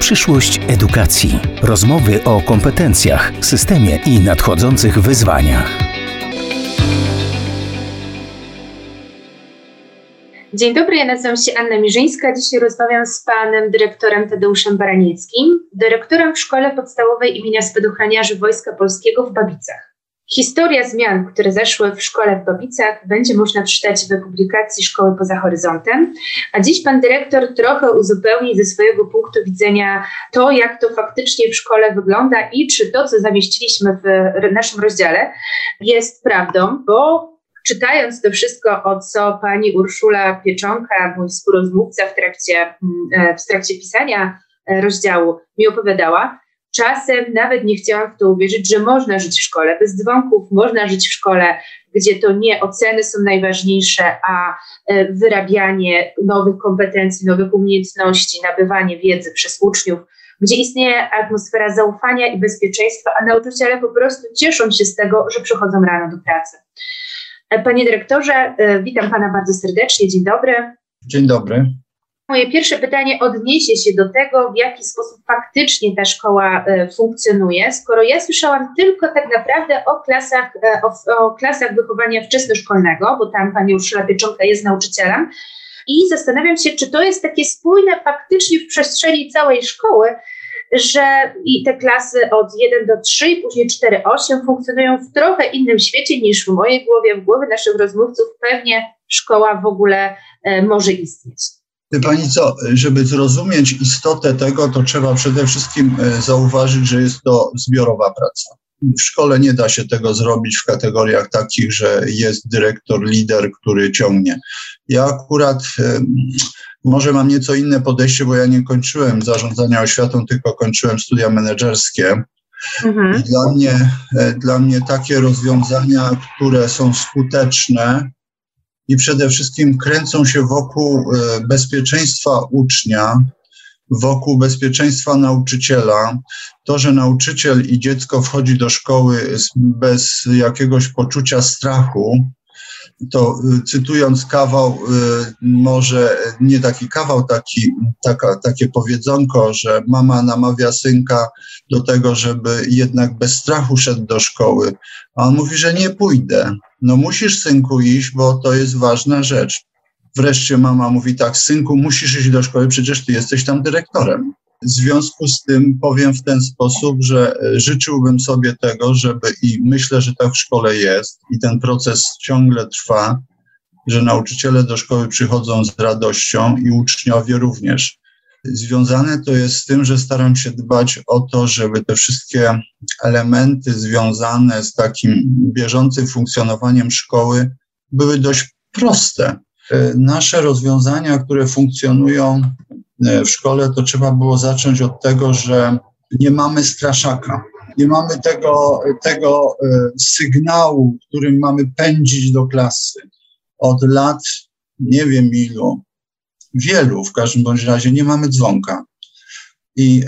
Przyszłość edukacji. Rozmowy o kompetencjach, systemie i nadchodzących wyzwaniach. Dzień dobry, ja nazywam się Anna Mirzyńska. Dzisiaj rozmawiam z panem dyrektorem Tadeuszem Baranieckim, dyrektorem w Szkole Podstawowej imienia Spadochroniarzy Wojska Polskiego w Babicach. Historia zmian, które zaszły w szkole w Babicach, będzie można przeczytać w publikacji Szkoły poza horyzontem, a dziś pan dyrektor trochę uzupełni ze swojego punktu widzenia to, jak to faktycznie w szkole wygląda i czy to, co zamieściliśmy w naszym rozdziale, jest prawdą, bo czytając to wszystko, o co pani Urszula Pieczonka, mój współrozmówca w trakcie pisania rozdziału mi opowiadała, czasem nawet nie chciałam w to uwierzyć, że można żyć w szkole bez dzwonków, można żyć w szkole, gdzie to nie oceny są najważniejsze, a wyrabianie nowych kompetencji, nowych umiejętności, nabywanie wiedzy przez uczniów, gdzie istnieje atmosfera zaufania i bezpieczeństwa, a nauczyciele po prostu cieszą się z tego, że przychodzą rano do pracy. Panie dyrektorze, witam pana bardzo serdecznie. Dzień dobry. Dzień dobry. Moje pierwsze pytanie odniesie się do tego, w jaki sposób faktycznie ta szkoła funkcjonuje, skoro ja słyszałam tylko tak naprawdę o klasach wychowania wczesnoszkolnego, bo tam pani Urszula Pieczonka jest nauczycielem i zastanawiam się, czy to jest takie spójne faktycznie w przestrzeni całej szkoły, że i te klasy od 1 do 3 i później 4-8 funkcjonują w trochę innym świecie niż w mojej głowie, w głowie naszych rozmówców pewnie szkoła w ogóle może istnieć. Wie pani co, żeby zrozumieć istotę tego, to trzeba przede wszystkim zauważyć, że jest to zbiorowa praca. W szkole nie da się tego zrobić w kategoriach takich, że jest dyrektor, lider, który ciągnie. Ja akurat może mam nieco inne podejście, bo ja nie kończyłem zarządzania oświatą, tylko kończyłem studia menedżerskie. I dla mnie takie rozwiązania, które są skuteczne i przede wszystkim kręcą się wokół bezpieczeństwa ucznia, wokół bezpieczeństwa nauczyciela. To, że nauczyciel i dziecko wchodzi do szkoły bez jakiegoś poczucia strachu, to cytując kawał, może nie taki kawał, takie powiedzonko, że mama namawia synka do tego, żeby jednak bez strachu szedł do szkoły. A on mówi, że nie pójdę. No musisz, synku, iść, bo to jest ważna rzecz. Wreszcie mama mówi tak, synku, musisz iść do szkoły, przecież ty jesteś tam dyrektorem. W związku z tym powiem w ten sposób, że życzyłbym sobie tego, żeby i myślę, że tak w szkole jest i ten proces ciągle trwa, że nauczyciele do szkoły przychodzą z radością i uczniowie również. Związane to jest z tym, że staram się dbać o to, żeby te wszystkie elementy związane z takim bieżącym funkcjonowaniem szkoły były dość proste. Nasze rozwiązania, które funkcjonują w szkole, to trzeba było zacząć od tego, że nie mamy straszaka. Nie mamy tego sygnału, którym mamy pędzić do klasy. Od lat, nie wiem ilu, wielu w każdym bądź razie nie mamy dzwonka. I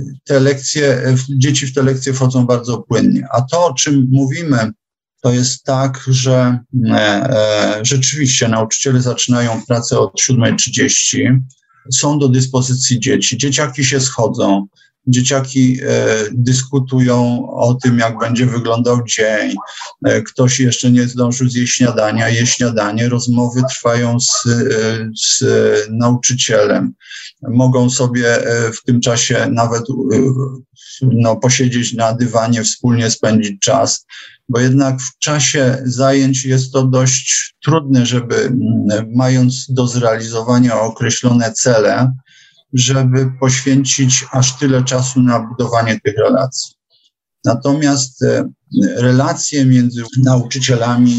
dzieci w te lekcje wchodzą bardzo płynnie. A to, o czym mówimy, to jest tak, że rzeczywiście nauczyciele zaczynają pracę od 7:30, są do dyspozycji dzieci, dzieciaki się schodzą, dzieciaki dyskutują o tym, jak będzie wyglądał dzień, ktoś jeszcze nie zdążył zjeść śniadania, je śniadanie, rozmowy trwają z nauczycielem. Mogą sobie w tym czasie nawet posiedzieć na dywanie, wspólnie spędzić czas, bo jednak w czasie zajęć jest to dość trudne, żeby mając do zrealizowania określone cele, żeby poświęcić aż tyle czasu na budowanie tych relacji. Natomiast relacje między nauczycielami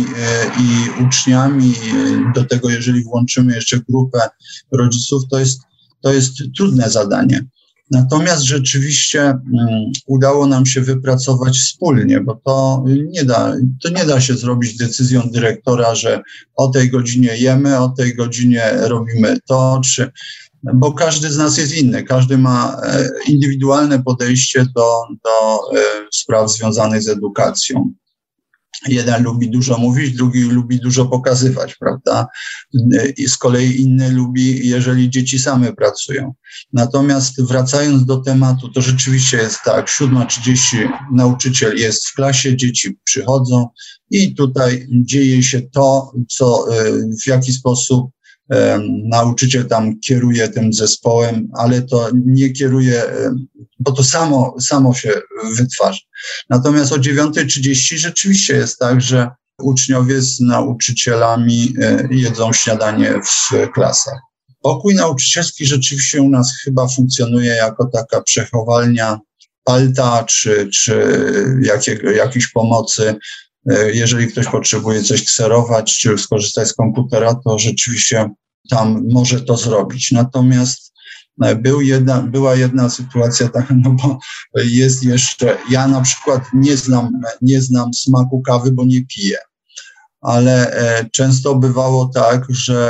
i uczniami, do tego jeżeli włączymy jeszcze grupę rodziców, to jest trudne zadanie. Natomiast rzeczywiście udało nam się wypracować wspólnie, bo to nie da się zrobić decyzją dyrektora, że o tej godzinie jemy, o tej godzinie robimy to, bo każdy z nas jest inny, każdy ma indywidualne podejście do spraw związanych z edukacją. Jeden lubi dużo mówić, drugi lubi dużo pokazywać, prawda? I z kolei inny lubi, jeżeli dzieci same pracują. Natomiast wracając do tematu, to rzeczywiście jest tak, 7:30 nauczyciel jest w klasie, dzieci przychodzą i tutaj dzieje się to, w jaki sposób nauczyciel tam kieruje tym zespołem, ale to nie kieruje, bo to samo się wytwarza. Natomiast o 9:30 rzeczywiście jest tak, że uczniowie z nauczycielami jedzą śniadanie w klasach. Pokój nauczycielski rzeczywiście u nas chyba funkcjonuje jako taka przechowalnia palta czy jakiejś pomocy. Jeżeli ktoś potrzebuje coś kserować czy skorzystać z komputera, to rzeczywiście tam może to zrobić. Natomiast była jedna sytuacja taka, no bo jest jeszcze, ja na przykład nie znam smaku kawy, bo nie piję, ale często bywało tak,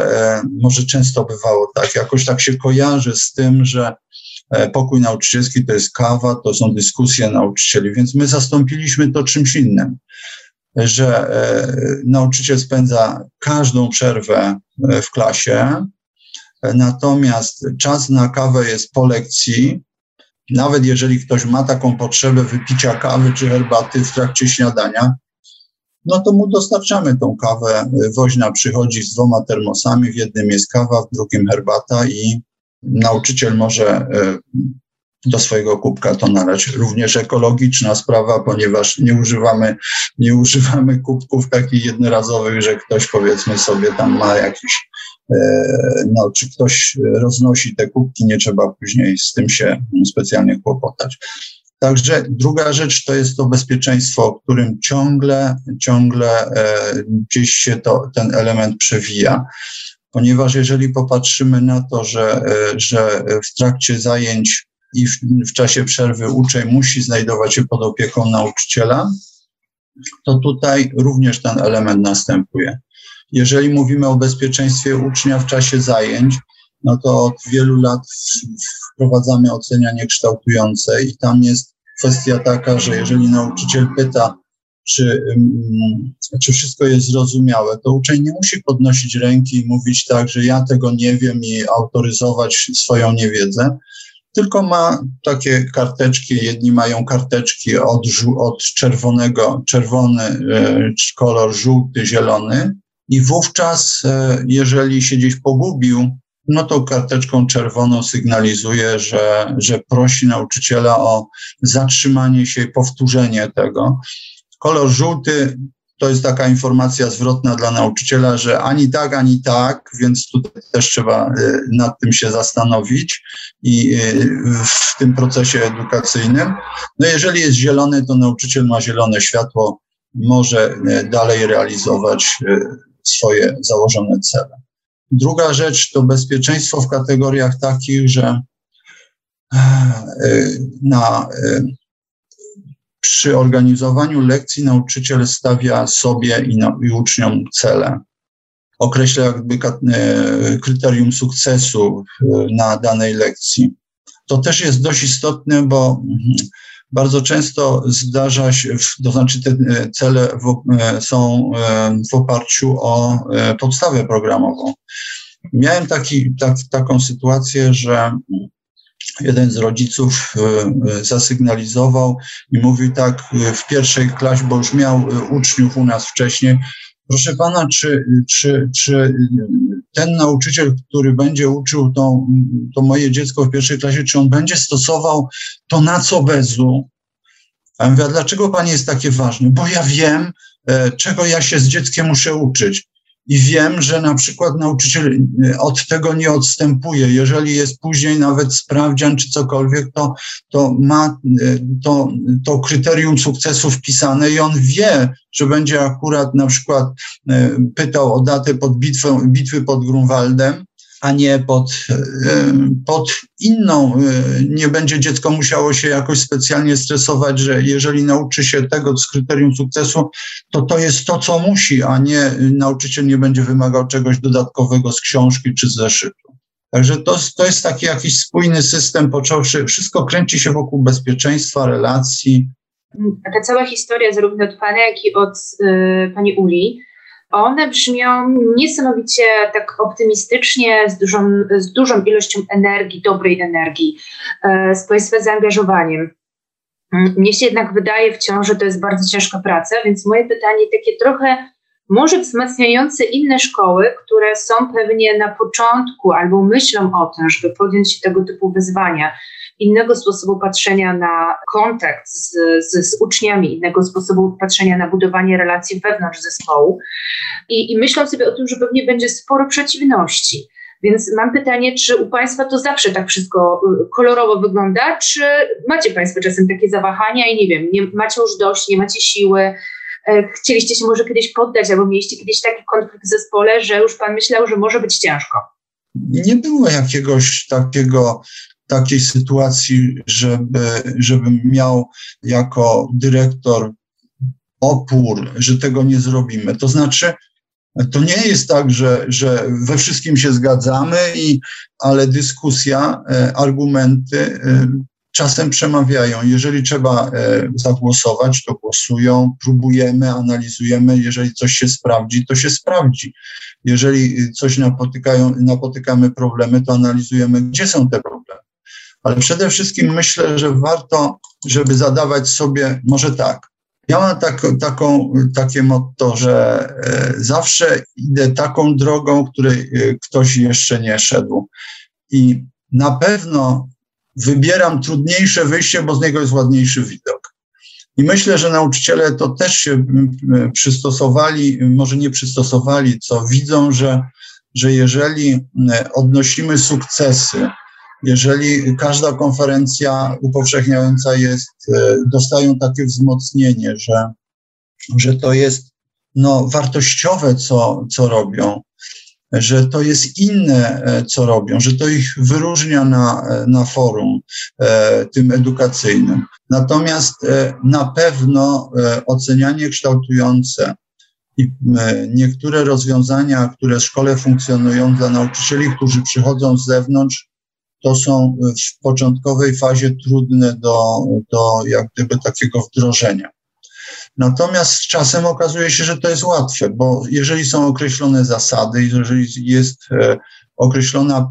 jakoś tak się kojarzy z tym, że pokój nauczycielski to jest kawa, to są dyskusje nauczycieli, więc my zastąpiliśmy to czymś innym, że nauczyciel spędza każdą przerwę w klasie, natomiast czas na kawę jest po lekcji. Nawet jeżeli ktoś ma taką potrzebę wypicia kawy czy herbaty w trakcie śniadania, no to mu dostarczamy tą kawę. Woźna przychodzi z 2 termosami, w jednym jest kawa, w drugim herbata i nauczyciel może do swojego kubka to nalać. Również ekologiczna sprawa, ponieważ nie używamy kubków takich jednorazowych, że ktoś powiedzmy sobie tam ma jakiś, czy ktoś roznosi te kubki, nie trzeba później z tym się specjalnie kłopotać. Także druga rzecz to jest to bezpieczeństwo, o którym ciągle gdzieś się ten element przewija. Ponieważ jeżeli popatrzymy na to, że w trakcie zajęć i w czasie przerwy uczeń musi znajdować się pod opieką nauczyciela, to tutaj również ten element następuje. Jeżeli mówimy o bezpieczeństwie ucznia w czasie zajęć, no to od wielu lat wprowadzamy ocenianie kształtujące i tam jest kwestia taka, że jeżeli nauczyciel pyta, czy wszystko jest zrozumiałe, to uczeń nie musi podnosić ręki i mówić tak, że ja tego nie wiem i autoryzować swoją niewiedzę, tylko ma takie karteczki, jedni mają karteczki od czerwonego, czerwony kolor, żółty, zielony i wówczas, jeżeli się gdzieś pogubił, no to karteczką czerwoną sygnalizuje, że prosi nauczyciela o zatrzymanie się i powtórzenie tego. Kolor żółty to jest taka informacja zwrotna dla nauczyciela, że ani tak, więc tutaj też trzeba nad tym się zastanowić i w tym procesie edukacyjnym. No jeżeli jest zielony, to nauczyciel ma zielone światło, może dalej realizować swoje założone cele. Druga rzecz to bezpieczeństwo w kategoriach takich, że przy organizowaniu lekcji nauczyciel stawia sobie i uczniom cele. Określa jakby kryterium sukcesu na danej lekcji. To też jest dość istotne, bo bardzo często zdarza się, to znaczy te cele są w oparciu o podstawę programową. Miałem taką sytuację, że jeden z rodziców zasygnalizował i mówił tak w pierwszej klasie, bo już miał uczniów u nas wcześniej, proszę pana, czy ten nauczyciel, który będzie uczył to moje dziecko w pierwszej klasie, czy on będzie stosował to na co bezu? A ja mówię, a dlaczego pani jest takie ważne? Bo ja wiem, czego ja się z dzieckiem muszę uczyć. I wiem, że na przykład nauczyciel od tego nie odstępuje. Jeżeli jest później nawet sprawdzian czy cokolwiek, to ma to kryterium sukcesu wpisane i on wie, że będzie akurat na przykład pytał o datę bitwy pod Grunwaldem, a nie pod inną. Nie będzie dziecko musiało się jakoś specjalnie stresować, że jeżeli nauczy się tego z kryterium sukcesu, to jest to, co musi, a nie nauczyciel nie będzie wymagał czegoś dodatkowego z książki czy z zeszytu. Także to jest taki jakiś spójny system, począwszy, wszystko kręci się wokół bezpieczeństwa, relacji ta cała historia zarówno od Pana, jak i od Pani Uli, one brzmią niesamowicie tak optymistycznie, z dużą ilością energii, dobrej energii, z Państwa zaangażowaniem. Mnie się jednak wydaje wciąż, że to jest bardzo ciężka praca, więc moje pytanie takie trochę może wzmacniające inne szkoły, które są pewnie na początku albo myślą o tym, żeby podjąć się tego typu wyzwania, innego sposobu patrzenia na kontakt z uczniami, innego sposobu patrzenia na budowanie relacji wewnątrz zespołu i myślą sobie o tym, że pewnie będzie sporo przeciwności. Więc mam pytanie, czy u Państwa to zawsze tak wszystko kolorowo wygląda, czy macie Państwo czasem takie zawahania i nie wiem, nie macie już dość, nie macie siły, chcieliście się może kiedyś poddać, albo mieliście kiedyś taki konflikt w zespole, że już Pan myślał, że może być ciężko? Nie było jakiegoś takiej sytuacji, żebym miał jako dyrektor opór, że tego nie zrobimy. To znaczy, to nie jest tak, że we wszystkim się zgadzamy, ale dyskusja, argumenty czasem przemawiają. Jeżeli trzeba zagłosować, to głosują, próbujemy, analizujemy. Jeżeli coś się sprawdzi, to się sprawdzi. Jeżeli coś napotykamy problemy, to analizujemy, gdzie są te problemy. Ale przede wszystkim myślę, że warto, żeby zadawać sobie, może tak. Ja mam takie motto, że zawsze idę taką drogą, której ktoś jeszcze nie szedł. I na pewno wybieram trudniejsze wyjście, bo z niego jest ładniejszy widok. I myślę, że nauczyciele to też się przystosowali, może nie przystosowali, co widzą, że jeżeli odnosimy sukcesy, jeżeli każda konferencja upowszechniająca dostają takie wzmocnienie, że to jest wartościowe, co robią, że to jest inne, co robią, że to ich wyróżnia na forum tym edukacyjnym. Natomiast na pewno ocenianie kształtujące i niektóre rozwiązania, które w szkole funkcjonują dla nauczycieli, którzy przychodzą z zewnątrz, to są w początkowej fazie trudne do jak gdyby takiego wdrożenia. Natomiast z czasem okazuje się, że to jest łatwe, bo jeżeli są określone zasady, jeżeli jest określona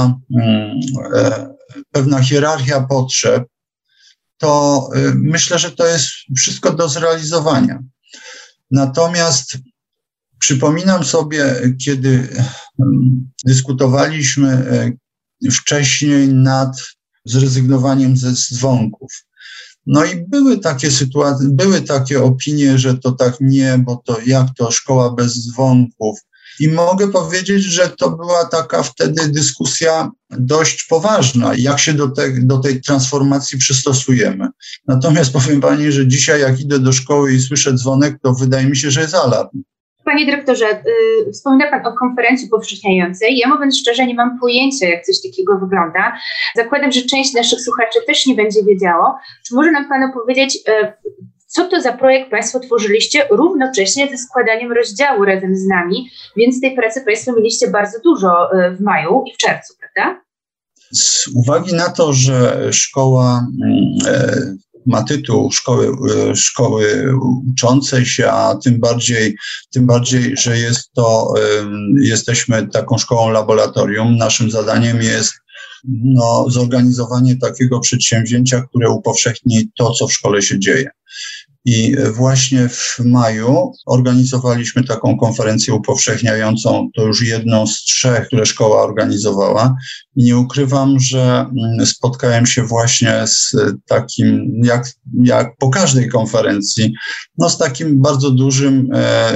pewna hierarchia potrzeb, to myślę, że to jest wszystko do zrealizowania. Natomiast przypominam sobie, kiedy dyskutowaliśmy wcześniej nad zrezygnowaniem ze dzwonków. No i były takie sytuacje, były takie opinie, że to tak nie, bo to jak to szkoła bez dzwonków. I mogę powiedzieć, że to była taka wtedy dyskusja dość poważna, jak się do tej transformacji przystosujemy. Natomiast powiem Pani, że dzisiaj jak idę do szkoły i słyszę dzwonek, to wydaje mi się, że jest alarm. Panie dyrektorze, wspomina Pan o konferencji upowszechniającej. Ja mówiąc szczerze, nie mam pojęcia, jak coś takiego wygląda. Zakładam, że część naszych słuchaczy też nie będzie wiedziało. Czy może nam Pan opowiedzieć, co to za projekt Państwo tworzyliście równocześnie ze składaniem rozdziału razem z nami, więc tej pracy Państwo mieliście bardzo dużo w maju i w czerwcu, prawda? Z uwagi na to, że szkoła ma tytuł szkoły uczącej się, a tym bardziej, że jesteśmy taką szkołą laboratorium. Naszym zadaniem jest zorganizowanie takiego przedsięwzięcia, które upowszechni to, co w szkole się dzieje. I właśnie w maju organizowaliśmy taką konferencję upowszechniającą, to już jedną z 3, które szkoła organizowała. I nie ukrywam, że spotkałem się właśnie z takim, jak po każdej konferencji, z takim bardzo dużym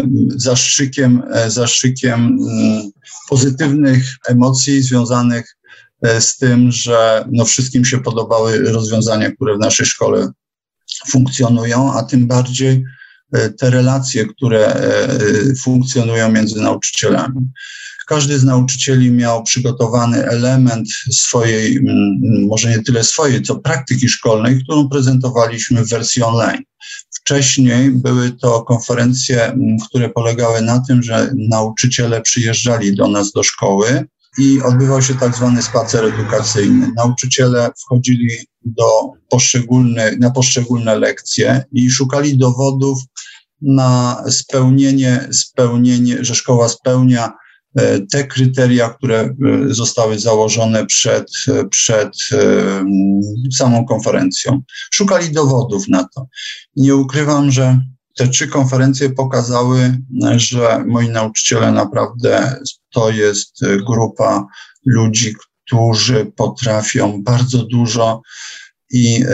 zastrzykiem pozytywnych emocji związanych z tym, że wszystkim się podobały rozwiązania, które w naszej szkole funkcjonują, a tym bardziej te relacje, które funkcjonują między nauczycielami. Każdy z nauczycieli miał przygotowany element swojej, może nie tyle swojej, co praktyki szkolnej, którą prezentowaliśmy w wersji online. Wcześniej były to konferencje, które polegały na tym, że nauczyciele przyjeżdżali do nas do szkoły i odbywał się tak zwany spacer edukacyjny. Nauczyciele wchodzili na poszczególne lekcje i szukali dowodów na spełnienie, że szkoła spełnia te kryteria, które zostały założone przed samą konferencją. Szukali dowodów na to. Nie ukrywam, że te 3 konferencje pokazały, że moi nauczyciele naprawdę to jest grupa ludzi, którzy potrafią bardzo dużo i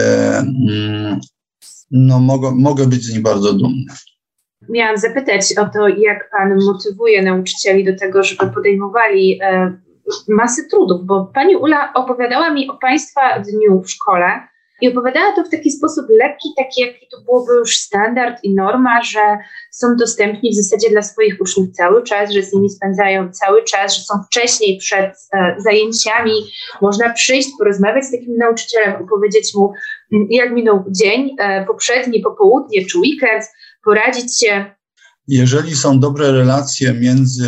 mogę być z nich bardzo dumny. Miałam zapytać o to, jak pan motywuje nauczycieli do tego, żeby podejmowali masę trudów, bo pani Ula opowiadała mi o państwa dniu w szkole i opowiadała to w taki sposób lekki, taki jaki to byłoby już standard i norma, że są dostępni w zasadzie dla swoich uczniów cały czas, że z nimi spędzają cały czas, że są wcześniej przed zajęciami. Można przyjść, porozmawiać z takim nauczycielem, opowiedzieć mu, jak minął dzień poprzedni, popołudnie czy weekend, poradzić się. Jeżeli są dobre relacje między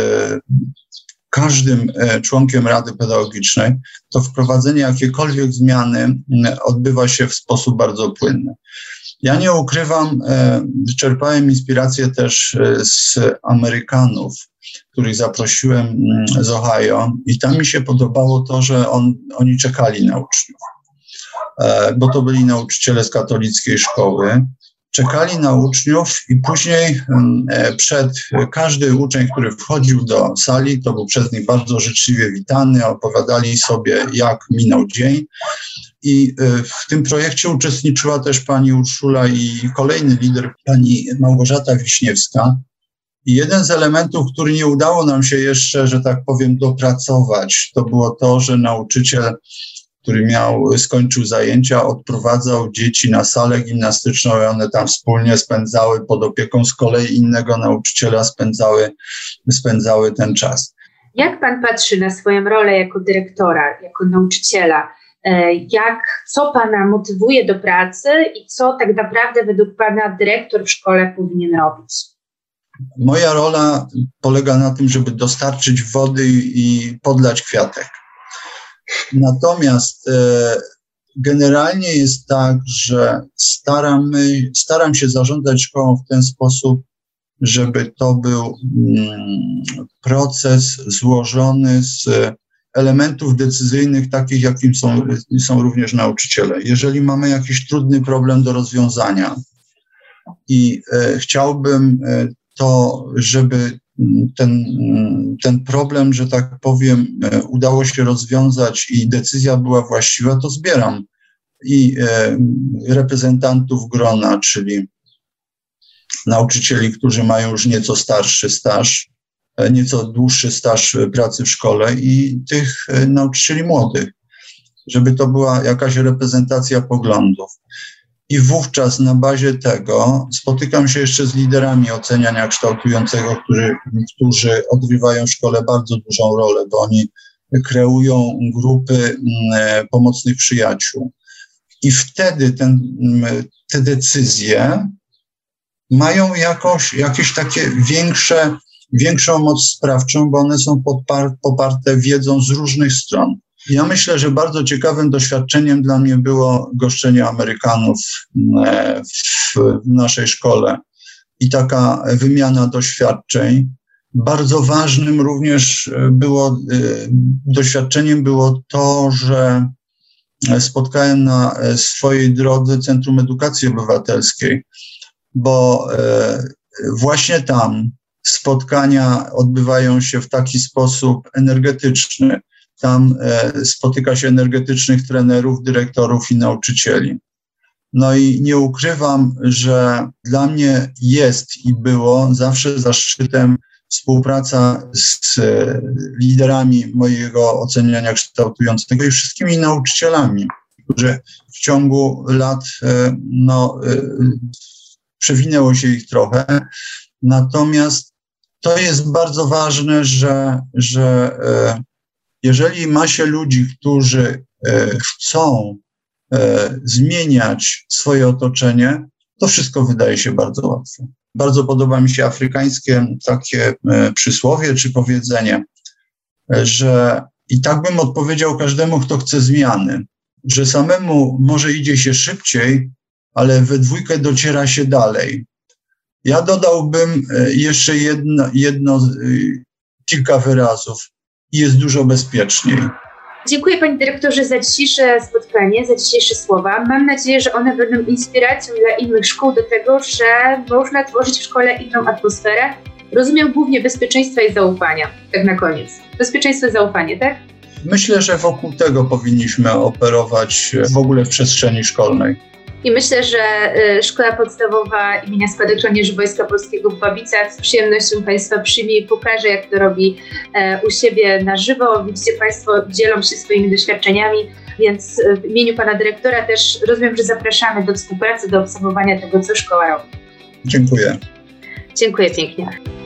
każdym członkiem Rady Pedagogicznej, to wprowadzenie jakiejkolwiek zmiany odbywa się w sposób bardzo płynny. Ja nie ukrywam, czerpałem inspirację też z Amerykanów, których zaprosiłem z Ohio i tam mi się podobało to, że oni czekali na uczniów, bo to byli nauczyciele z katolickiej szkoły. Czekali na uczniów i później każdy uczeń, który wchodził do sali, to był przez nich bardzo życzliwie witany, opowiadali sobie, jak minął dzień. I w tym projekcie uczestniczyła też pani Urszula i kolejny lider, pani Małgorzata Wiśniewska. I jeden z elementów, który nie udało nam się jeszcze, że tak powiem, dopracować, to było to, że nauczyciel, który skończył zajęcia, odprowadzał dzieci na salę gimnastyczną i one tam wspólnie spędzały, pod opieką z kolei innego nauczyciela spędzały ten czas. Jak pan patrzy na swoją rolę jako dyrektora, jako nauczyciela? Co pana motywuje do pracy i co tak naprawdę według pana dyrektor w szkole powinien robić? Moja rola polega na tym, żeby dostarczyć wody i podlać kwiatek. Natomiast generalnie jest tak, że staram się zarządzać szkołą w ten sposób, żeby to był proces złożony z elementów decyzyjnych, takich jakim są również nauczyciele. Jeżeli mamy jakiś trudny problem do rozwiązania i chciałbym to, żeby ten problem, że tak powiem, udało się rozwiązać i decyzja była właściwa, to zbieram i reprezentantów grona, czyli nauczycieli, którzy mają już nieco dłuższy staż pracy w szkole i tych nauczycieli młodych, żeby to była jakaś reprezentacja poglądów. I wówczas na bazie tego spotykam się jeszcze z liderami oceniania kształtującego, którzy odgrywają w szkole bardzo dużą rolę, bo oni kreują grupy pomocnych przyjaciół. I wtedy te decyzje mają jakieś takie większą moc sprawczą, bo one są poparte wiedzą z różnych stron. Ja myślę, że bardzo ciekawym doświadczeniem dla mnie było goszczenie Amerykanów w naszej szkole i taka wymiana doświadczeń. Bardzo ważnym również doświadczeniem było to, że spotkałem na swojej drodze Centrum Edukacji Obywatelskiej, bo właśnie tam spotkania odbywają się w taki sposób energetyczny. Tam spotyka się energetycznych trenerów, dyrektorów i nauczycieli. No i nie ukrywam, że dla mnie jest i było zawsze zaszczytem współpraca z liderami mojego oceniania kształtującego i wszystkimi nauczycielami, którzy w ciągu lat przewinęło się ich trochę. Natomiast to jest bardzo ważne, że jeżeli ma się ludzi, którzy chcą zmieniać swoje otoczenie, to wszystko wydaje się bardzo łatwe. Bardzo podoba mi się afrykańskie takie przysłowie czy powiedzenie, że i tak bym odpowiedział każdemu, kto chce zmiany, że samemu może idzie się szybciej, ale we dwójkę dociera się dalej. Ja dodałbym jeszcze kilka wyrazów. Jest dużo bezpieczniej. Dziękuję Panie Dyrektorze za dzisiejsze spotkanie, za dzisiejsze słowa. Mam nadzieję, że one będą inspiracją dla innych szkół do tego, że można tworzyć w szkole inną atmosferę. Rozumiem głównie bezpieczeństwa i zaufania, tak na koniec. Bezpieczeństwo i zaufanie, tak? Myślę, że wokół tego powinniśmy operować w ogóle w przestrzeni szkolnej. I myślę, że Szkoła Podstawowa imienia Spadochroniarzy Wojska Polskiego w Babicach z przyjemnością Państwa przyjmie i pokaże, jak to robi u siebie na żywo. Widzicie Państwo, dzielą się swoimi doświadczeniami, więc w imieniu Pana Dyrektora też rozumiem, że zapraszamy do współpracy, do obserwowania tego, co szkoła robi. Dziękuję. Dziękuję pięknie.